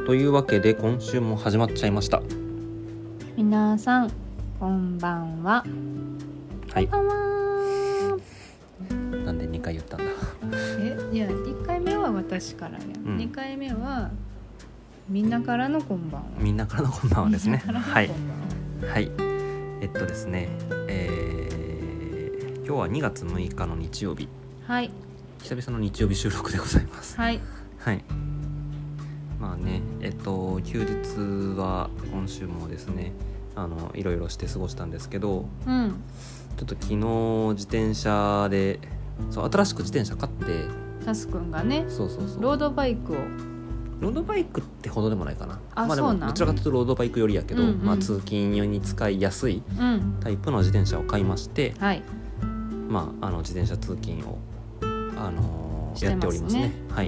というわけで今週も始まっちゃいました。 皆さんこんばんは。 はい。 こんばんは。 なんで2回言ったんだ。 いや1回目は私からや、2回目はみんなからのこんばんは。 みんなからのこんばんはですね。はい。はい。ですね、今日は2月6日の日曜日。 はい。 久々の日曜日収録でございます。 はい。 はい。まあね、休日は今週もですね、いろいろして過ごしたんですけど、ちょっと昨日自転車で、新しく自転車買って、 タスくんがね、 そうロードバイクってほどでもないかな。まあでもどちらかというとロードバイクよりやけど、まあ通勤用に使いやすいタイプの自転車を買いまして、まあ自転車通勤をやっておりますね。はい。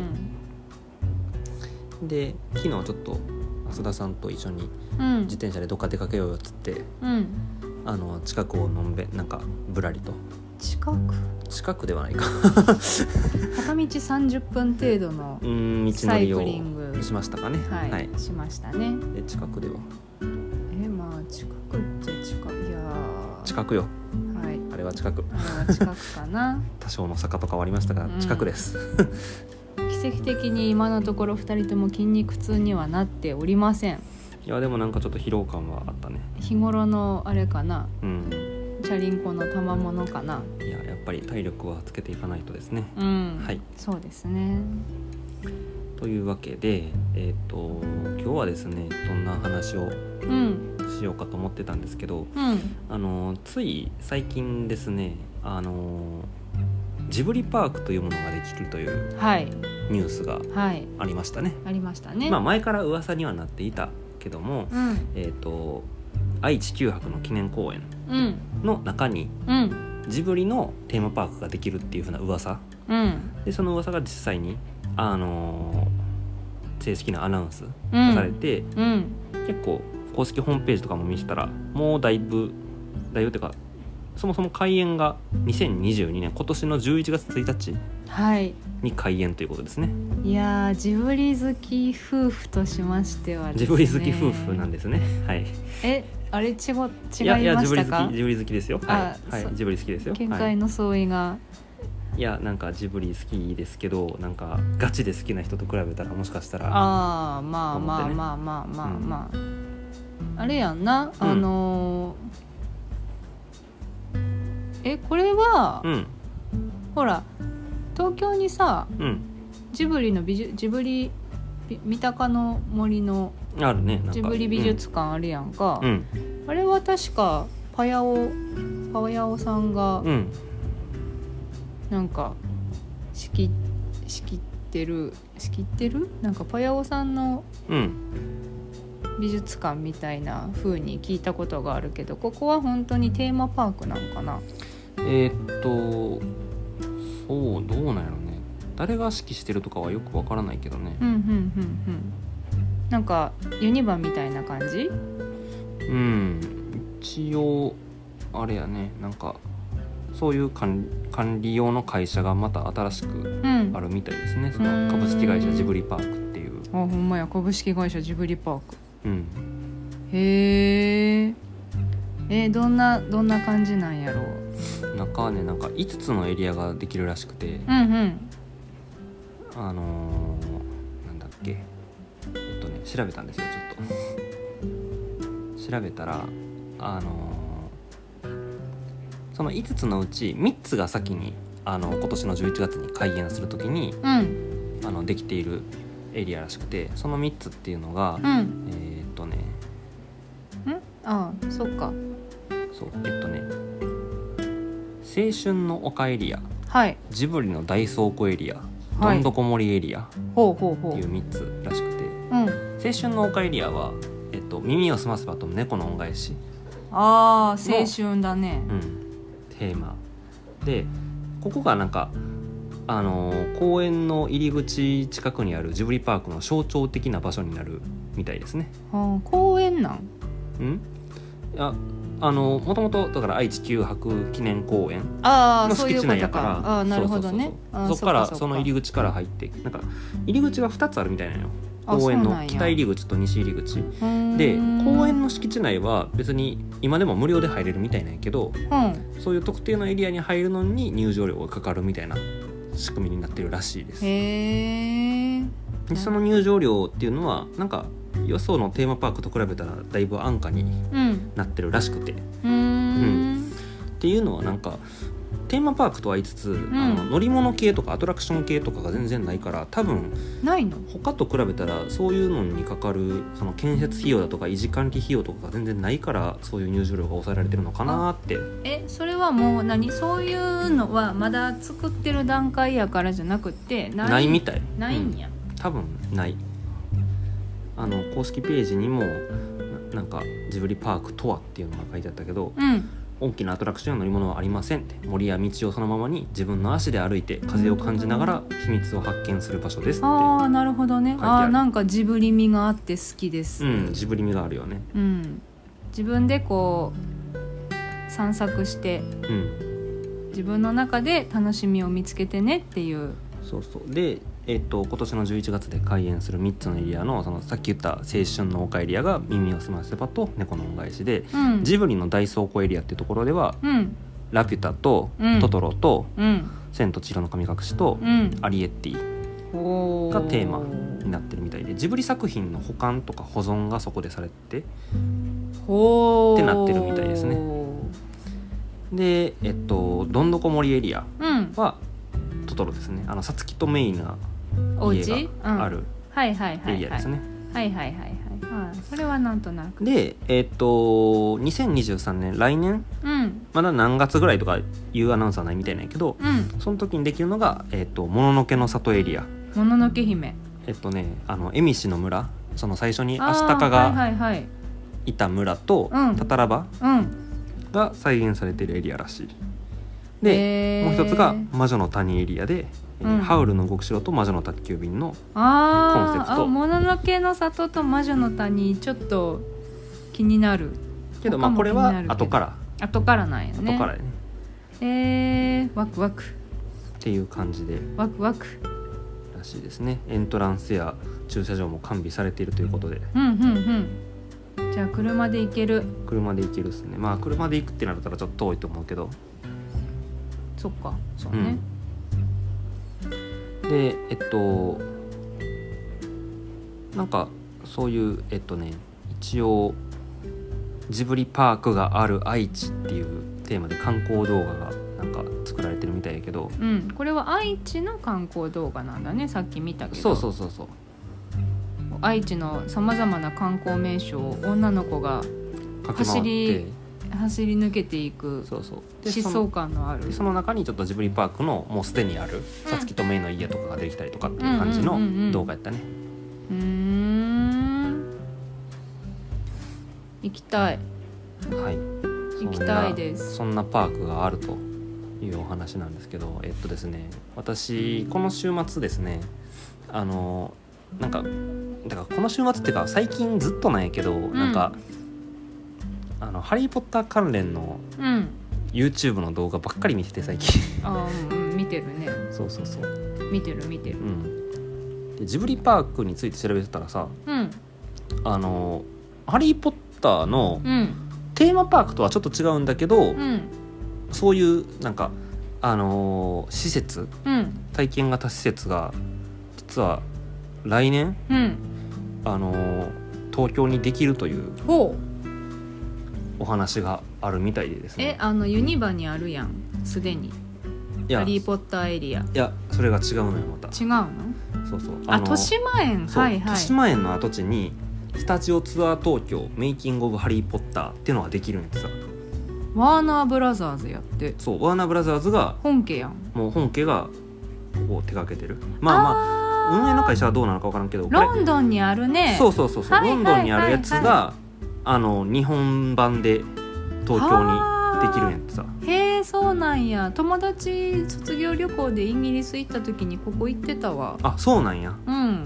で昨日ちょっと浅田さんと一緒に自転車でどっか出かけようよっつって、近くをなんかぶらりと。近くではないか片道30分程度の道のりをしましたかね。 はい、しましたね。 で近くではまあ近くって近くよ。 はい、 あれは近くかな多少の坂とかはありましたが近くです、 奇跡的に今のところ2人とも筋肉痛にはなっておりません。 いやでもなんかちょっと疲労感はあったね。 日頃のあれかな、チャリンコの賜物かな。 いややっぱり体力はつけていかないとですね。はい、 そうですね。 というわけで今日はですねどんな話をしようかと思ってたんですけど、つい最近ですねジブリパークというものができるというニュースがありましたね。 ありましたね。 まあ前から噂にはなっていたけども、愛・地球博の記念公園の中に、ジブリのテーマパークができるっていう風な噂、でその噂が実際に正式なアナウンスされて、結構公式ホームページとかも見せたらもうだいぶっていうかそもそも開園が2022年今年の11月1日に開園ということですね。 いやジブリ好き夫婦としましてはですね、 ジブリ好き夫婦なんですね。はい。 あれ違いましたか？ いやジブリ好きですよ。はい、ジブリ好きですよ。 見解の相違が、 いやなんかジブリ好きですけどなんかガチで好きな人と比べたらもしかしたらまああれやんな、これは、ほら東京にさ、ジブリ三鷹の森のあるね、なんかジブリ美術館あるやんか、あれは確かパヤオさんが、なんか仕切ってるなんかパヤオさんの美術館みたいな風に聞いたことがあるけど、ここは本当にテーマパークなのかな？ そうどうなんやろね。誰が指揮してるとかはよくわからないけどね。 なんかユニバみたいな感じ？ 一応あれやね、なんかそういう管理用の会社がまた新しくあるみたいですね。その株式会社ジブリパークっていう。 ほんまや、株式会社ジブリパーク。へえ。どんな感じなんやろう。 中はね、なんか5つのエリアができるらしくて、なんだっけ、調べたんですよ。ちょっと調べたらその5つのうち3つが先に今年の11月に開園するときに、できているエリアらしくて、その3つっていうのが、 そっか。 そう青春の丘エリア、ジブリの大倉庫エリア、どんどこ森エリアっていう3つらしくて、青春の丘エリアは、耳をすませばと猫の恩返し、 青春だね、 テーマで、ここがなんか公園の入り口近くにあるジブリパークの象徴的な場所になるみたいですね。 公園なん？ いやもともとだから愛・地球博記念公園の敷地内やから、 なるほどね。 そこからその入り口から入って、なんか入り口が2つあるみたいなのよ。 公園の北入り口と西入り口で、公園の敷地内は別に今でも無料で入れるみたいなんやけど、そういう特定のエリアに入るのに入場料がかかるみたいな仕組みになってるらしいです。でその入場料っていうのはなんかよそのテーマパークと比べたらだいぶ安価になってるらしくて、っていうのはなんかテーマパークとは言いつつ、乗り物系とかアトラクション系とかが全然ないから、多分ないの他と比べたらそういうのにかかるその建設費用だとか維持管理費用とかが全然ないから、そういう入場料が抑えられてるのかなって。 それはもうそういうのはまだ作ってる段階やからじゃなくてないみたい。 ないんや、 多分ない。公式ページにもなんかジブリパークとはっていうのが書いてあったけど、大きなアトラクションや乗り物はありませんって、森や道をそのままに自分の足で歩いて風を感じながら秘密を発見する場所ですって。 なるほどね。なんかジブリ味があって好きです。 ジブリ味があるよね。 自分でこう散策して、自分の中で楽しみを見つけてねっていう。 そうで、今年の11月で開園する3つのエリアの、そのさっき言った青春の丘エリアが耳をすませばと猫の恩返しで、ジブリの大倉庫エリアっていうところでは、ラピュタと、トトロと、千と千尋の神隠しと、アリエッティがテーマになってるみたいで、ジブリ作品の保管とか保存がそこでされてってなってるみたいですね。で、どんどこ森エリアは、トトロですね。さつきとメイな家があるエリアですね。 それはなんとなくで、2023年来年、まだ何月ぐらいとかいうアナウンスはないみたいなんやけど、その時にできるのが、もののけの里エリア。 もののけ姫、 恵美氏の村、その最初にアシタカがいた村と、タタラバが再現されているエリアらしい。で、もう一つが魔女の谷エリアで、ハウルの動く城と魔女の宅急便のコンセプト。 もののけの里と魔女の谷ちょっと気になるけど、これは後からなんやね。後からね。ワクワクっていう感じでワクワクらしいですね。エントランスや駐車場も完備されているということで、 じゃあ車で行けるですね。車で行くってなったらちょっと遠いと思うけど、 そっか、そうね。 で、なんかそういう一応ジブリパークがある愛知っていうテーマで観光動画がなんか作られてるみたいやけど、 これは愛知の観光動画なんだね。さっき見たけど。 そう愛知のさまざまな観光名所を女の子が走り抜けていく疾走感のある。 その中にちょっとジブリパークのもうすでにあるさつきとメイの家とかが出てきたりとかっていう感じの動画やったね。 行きたい。行きたいです。 そんなパークがあるというお話なんですけど、ですね、私この週末ですね、なんかだからこの週末っていうか最近ずっとなんやけど、なんかハリーポッター関連の YouTube の動画ばっかり見てて最近見てるね。そう見てる、 でジブリパークについて調べてたらさ、ハリーポッターのテーマパークとはちょっと違うんだけど、そういうなんか施設、体験型施設が実は来年、東京にできるというお話があるみたいでですね。 ユニバにあるやんすでにハリーポッターエリア。 いやそれが違うのよ。また違うの？ そう豊島園。 豊島園の跡地にスタジオツアー東京メイキングオブハリーポッターっていうのができるんですよ。 ワーナーブラザーズやって。 そうワーナーブラザーズが本家やん。 もう本家がここを手掛けてる。運営の会社はどうなのか分からんけど、 ロンドンにあるね。 そう、ロンドンにあるやつが日本版で東京にできるんやってさ。 へえ、そうなんや。友達卒業旅行でイギリス行った時にここ行ってたわ。 そうなんや。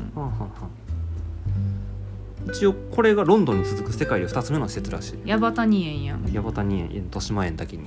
一応これがロンドンに続く世界で2つ目の施設らしい。 ヤバタニ園やん。 ヤバタニ園、豊島園だけに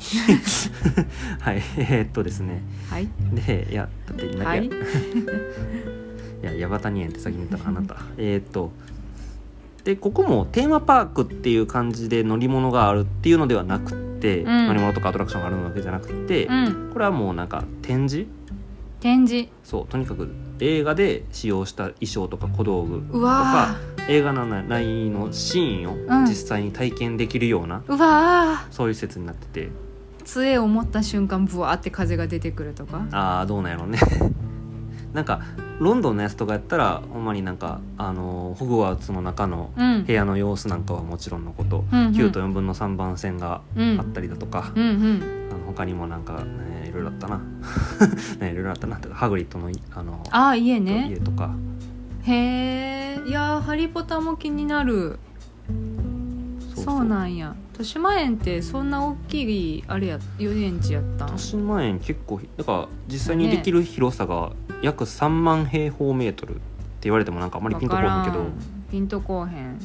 はいですね。でだっていやヤバタニ園って先に言ったあなたでここもテーマパークっていう感じで乗り物があるっていうのではなくて、乗り物とかアトラクションがあるわけじゃなくて、これはもうなんか展示そうとにかく映画で使用した衣装とか小道具とか映画の内のシーンを実際に体験できるような、そういう施設になってて、 杖を持った瞬間ブワーって風が出てくるとか、 どうなんやろうねなんかロンドンのやつとかやったらほんまになんかホグワーツの中の部屋の様子なんかはもちろんのこと、9と4分の3番線があったりだとか、他にもなんか、いろいろあったないろいろあったなとか、ハグリッドの家ね、 家とか。 へえ、いやハリーポッターも気になる。そうなんや。豊島園ってそんな大きいあれや遊園地やったん？ 豊島園結構だから実際にできる広さが約3万平方メートルって言われてもなんかあんまりピンとこへんけど、 ピンとこへん。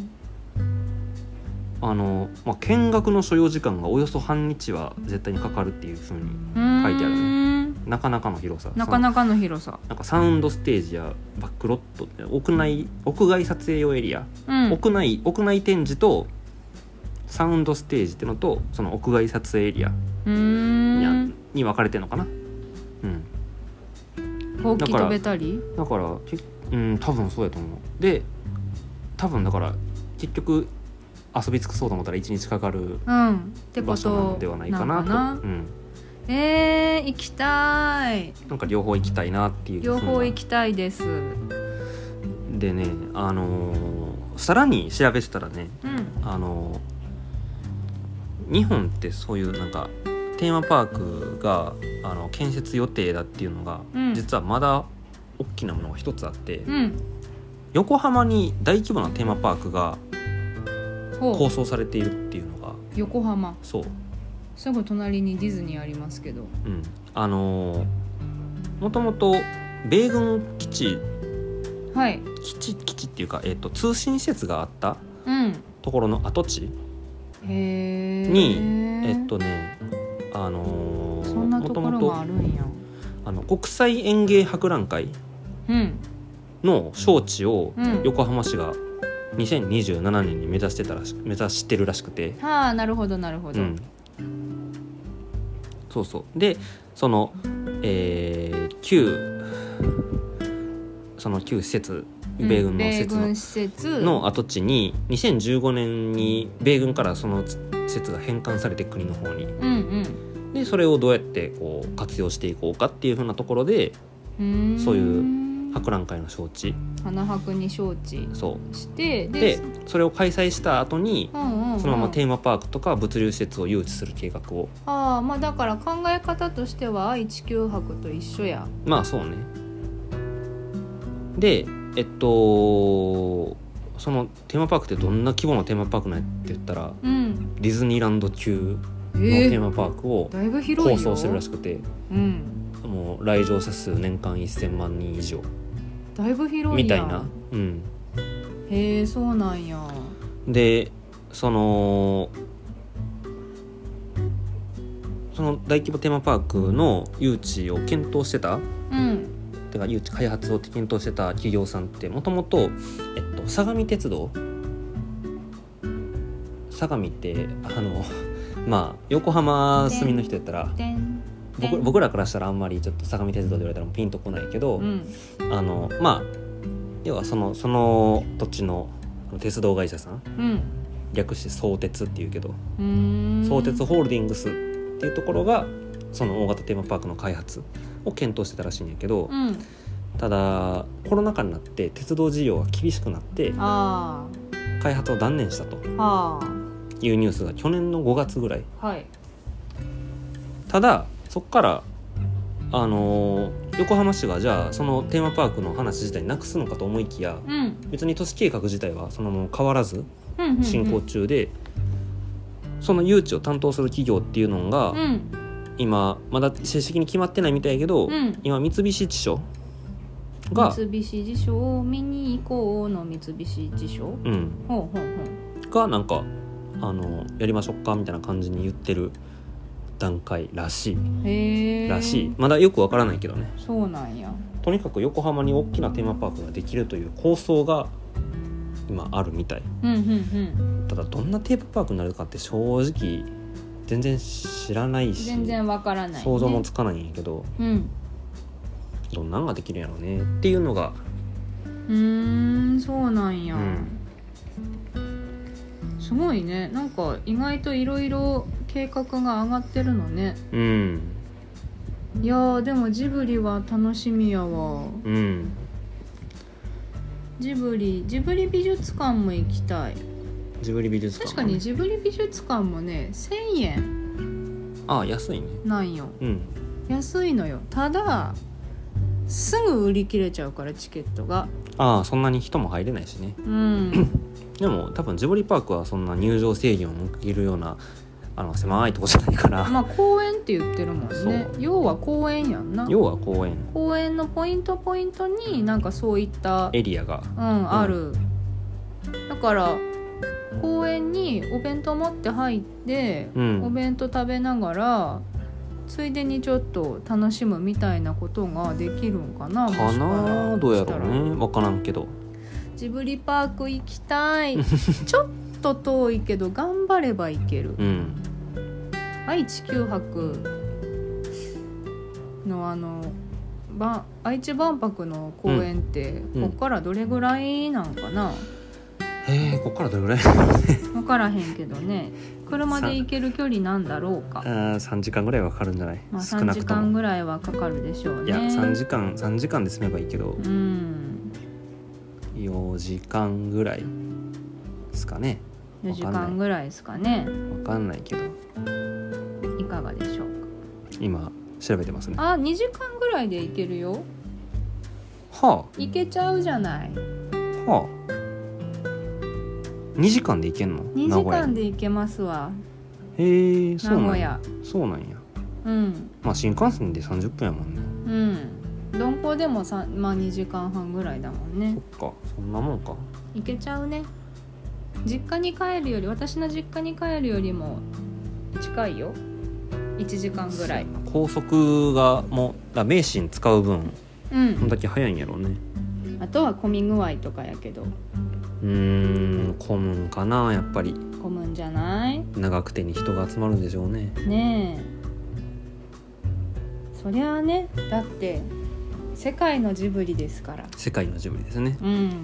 見学の所要時間がおよそ半日は絶対にかかるっていう風に書いてあるね。なかなかの広さ。 なかなかの広さ。 なんかサウンドステージやバックロット、屋外撮影用エリア、屋内展示とサウンドステージってのとその屋外撮影エリアに分かれてるのかな。 ほうき飛べたり？ だから多分そうやと思う。で多分だから結局遊び尽くそうと思ったら1日かかる場所なのではないかなと。 行きたい。 なんか両方行きたいなっていう。 両方行きたいです。 でね、さらに調べてたらね、日本ってそういうなんかテーマパークが建設予定だっていうのが、実はまだ大きなものが一つあって、横浜に大規模なテーマパークが構想されているっていうのが。 横浜。 そう。 すぐ隣にディズニーありますけど。 もともと米軍基地、 基地っていうか、通信施設があったところの跡地にそんなところがあるんや。 国際園芸博覧会の招致を横浜市が2027年に目指してるらしくて。 なるほどなるほど。 そうそう。でその旧施設、米軍の施設の跡地に2015年に米軍からその施設が返還されて国の方に、でそれをどうやってこう活用していこうかっていう風なところで、そういう博覧会の招致、 花博に招致してでそれを開催した後に、そのままテーマパークとか物流施設を誘致する計画を。 だから考え方としては愛・地球博と一緒や。 そうね。でそのテーマパークってどんな規模のテーマパークなんやって言ったら、ディズニーランド級のテーマパークを構想してるらしくて、もう来場者数年間1000万人以上、 だいぶ広いやんみたいな。 へえ、そうなんや。 でその大規模テーマパークの誘致を検討してた、てか誘致開発を検討してた企業さんってもともと相模鉄道、相模って横浜住みの人やったら僕らからしたらあんまりちょっと相模鉄道で言われたらピンとこないけど、要はその土地の鉄道会社さん、略して相鉄っていうけど、相鉄ホールディングスっていうところがその大型テーマパークの開発を検討してたらしいんやけど、ただコロナ禍になって鉄道事業が厳しくなって開発を断念したというニュースが去年の5月ぐらい、ただそこから横浜市がじゃあそのテーマパークの話自体なくすのかと思いきや、別に都市計画自体はそのまま変わらず進行中で、その誘致を担当する企業っていうのが、今まだ正式に決まってないみたいやけど、今三菱地所が三菱地所を見に行こうの三菱地所、 がなんかやりましょうかみたいな感じに言ってる段階らしい。まだよくわからないけどね。 そうなんや。 とにかく横浜に大きなテーマパークができるという構想が今あるみたい、ただどんなテーマパークになるかって正直全然知らないし、 全然わからない、ね、 想像もつかないんやけど、どんなんができるんやろうねっていうのが。 そうなんや、すごいね。なんか意外といろいろ計画が上がってるのね。いやでもジブリは楽しみやわ。ジブリ美術館も行きたい。 ジブリ美術館、 確かにジブリ美術館もね1000円。 安いね。 なんよ、安いのよ。ただすぐ売り切れちゃうからチケットが。 そんなに人も入れないしね。でも多分ジブリパークはそんな入場制限を設けるような狭いとこじゃないから。 公園って言ってるもんね。要は公園やんな。公園のポイントになんかそういったエリアが、 ある。だから公園にお弁当持って入って、お弁当食べながらついでにちょっと楽しむみたいなことができるんかな。 どうやろうね。分からんけど。 ジブリパーク行きたい。ちょっと遠いけど頑張れば行ける。愛知九博の愛知万博の公園って、こっからどれぐらいなんかな。 こっからどれぐらい分からへんけどね。車で行ける距離なんだろうか。 3時間ぐらいはかかるんじゃない。 3時間ぐらいはかかるでしょうね。 いや3時間で済めばいいけど、4時間ぐらいですかね。 4時間ぐらいですかね。 分かんないけどいかがでしょうか。 今調べてますね。 2時間ぐらいで行けるよ。行けちゃうじゃない。 2時間で行けんの ？2時間で行けますわ。 名古屋。 そうなんや。新幹線で30分やもんね。 鈍行でも2時間半ぐらいだもんね。 そっか、そんなもんか。 行けちゃうね。実家に帰るより、私の実家に帰るよりも近いよ。1時間ぐらい。 高速がもう名神使う分、そんだけ早いんやろうね。 あとは混み具合とかやけど。 混むんかな。やっぱり混むんじゃない。 長くてに人が集まるんでしょうね。 ねえ、そりゃあね。だって世界のジブリですから。 世界のジブリですね。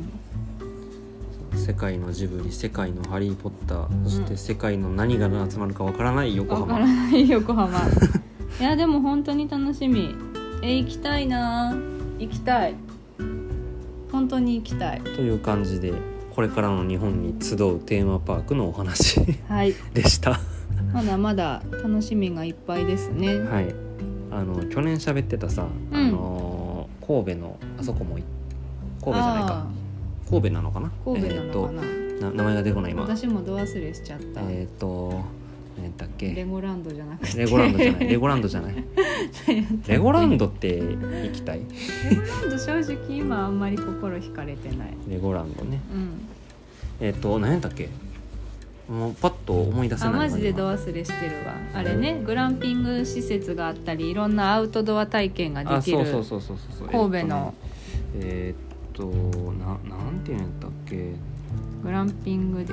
世界のジブリ、世界のハリーポッター、そして世界の何が集まるかわからない横浜。 いやでも本当に楽しみ。行きたいな。行きたい。本当に行きたい。 という感じで、これからの日本に集うテーマパークのお話でした。 まだまだ楽しみがいっぱいですね。 去年喋ってたさ、神戸のあそこも神戸じゃないか。神戸なのかな。 神戸なのかな。 名前が出てこない今。 私もど忘れしちゃった。 何だっけ。 レゴランドじゃなくて。 レゴランドじゃない。レゴランドって行きたい。 レゴランド正直今あんまり心惹かれてない。 レゴランドね。何やったっけ。もうパッと思い出せない。 マジでど忘れしてるわ。あれね、グランピング施設があったり、いろんなアウトドア体験ができる。神戸の。なんていうんだっけ。グランピング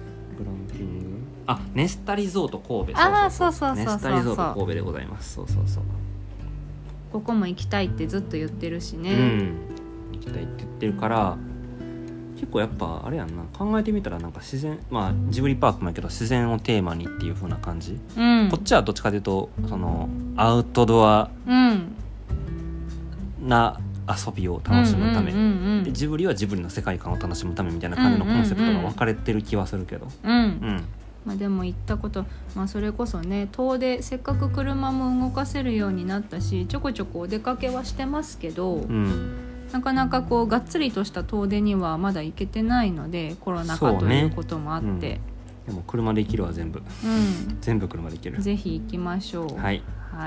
ネスタリゾート神戸。 そうネスタリゾート神戸でございます。そうここも行きたいってずっと言ってるしね。 行きたいって言ってるから、結構やっぱあれやんな。考えてみたらなんか自然、ジブリパークもやけど自然をテーマにっていう風な感じ。こっちはどっちかというとそのアウトドアな遊びを楽しむため、でジブリはジブリの世界観を楽しむためみたいな感じのコンセプトが分かれてる気はするけど。 でも行ったこと、それこそね、遠出、せっかく車も動かせるようになったし、ちょこちょこお出かけはしてますけど、なかなかこうがっつりとした遠出にはまだ行けてないので、コロナ禍ということもあって、 でも車で行けるわ。全部車で行ける。 ぜひ行きましょう。 はい。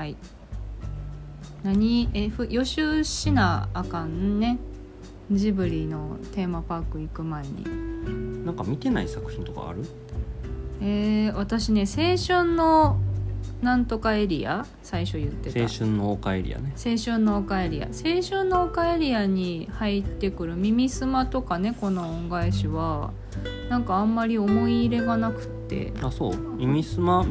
予習しなあかんね。ジブリのテーマパーク行く前に。 なんか見てない作品とかある？ 私ね、青春のなんとかエリア最初言ってた青春の丘エリアね。 青春の丘エリアに入ってくる耳すまとか猫の恩返しはなんかあんまり思い入れがなくって。 あ、そう。耳すまは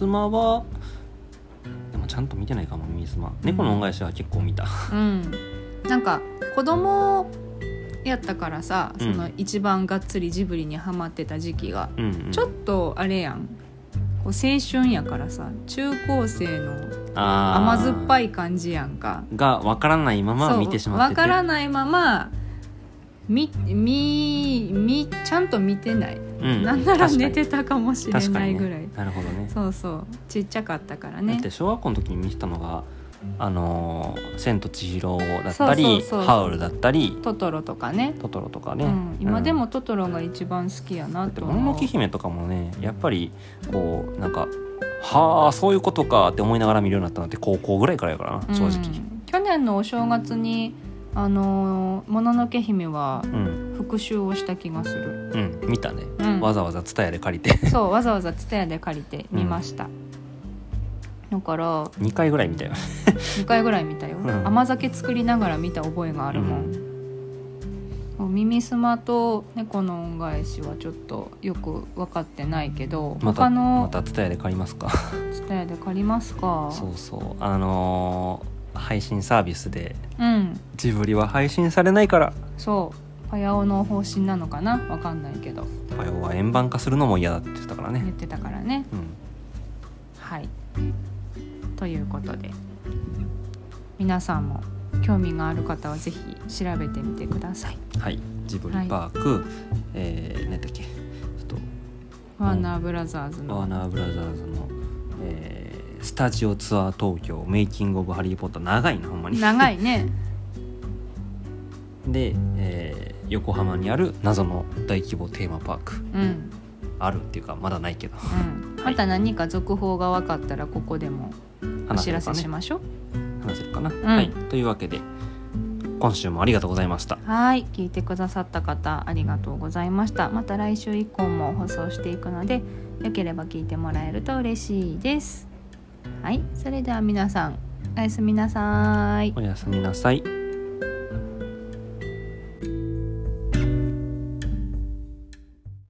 でもちゃんと見てないかも。耳すま、猫の恩返しは結構見た。 うん、なんか子供やったからさ、その一番がっつりジブリにハマってた時期が、ちょっとあれやん、こう青春やからさ、中高生の甘酸っぱい感じやんかが分からないまま見てしまってて、 分からないままちゃんと見てない、なんなら寝てたかもしれないぐらい、ね、 なるほどね。 そうそうちっちゃかったからね。 だって小学校の時に見てたのが千と千尋だったりハウルだったりトトロとかね、今でもトトロが一番好きやなと思う。 もののけ姫とかもね、やっぱりこうなんかはあそういうことかって思いながら見るようになったのって高校ぐらいからやからな、正直。 去年のお正月にもののけ姫は復習をした気がする。 見たね、わざわざTSUTAYAで借りてそうわざわざTSUTAYAで借りて見ました、だから 2回ぐらい見たよ 2回ぐらい見たよ、甘酒作りながら見た覚えがあるもん、耳すまと猫の恩返しはちょっとよく分かってないけど、 またTSUTAYAで借りますか TSUTAYAで借りますか。 そうそう配信サービスで、ジブリは配信されないから。 そうパヤオの方針なのかな、分かんないけどパヤオは円盤化するのも嫌だって言ってたからね。 言ってたからね、はいということで皆さんも興味がある方はぜひ調べてみてください。 はい、ジブリパーク、何だっけ、 ワーナーブラザーズの、 スタジオツアー東京メイキングオブハリーポッター、長いなほんまに長いねで、横浜にある謎の大規模テーマパーク、あるっていうかまだないけど、 また何か続報が分かったらここでもお知らせしましょう。 話せるかな、はい。というわけで今週もありがとうございました。 はい、聞いてくださった方ありがとうございました。また来週以降も放送していくのでよければ聞いてもらえると嬉しいです。はい、それでは皆さんおやすみなさい。 おやすみなさい。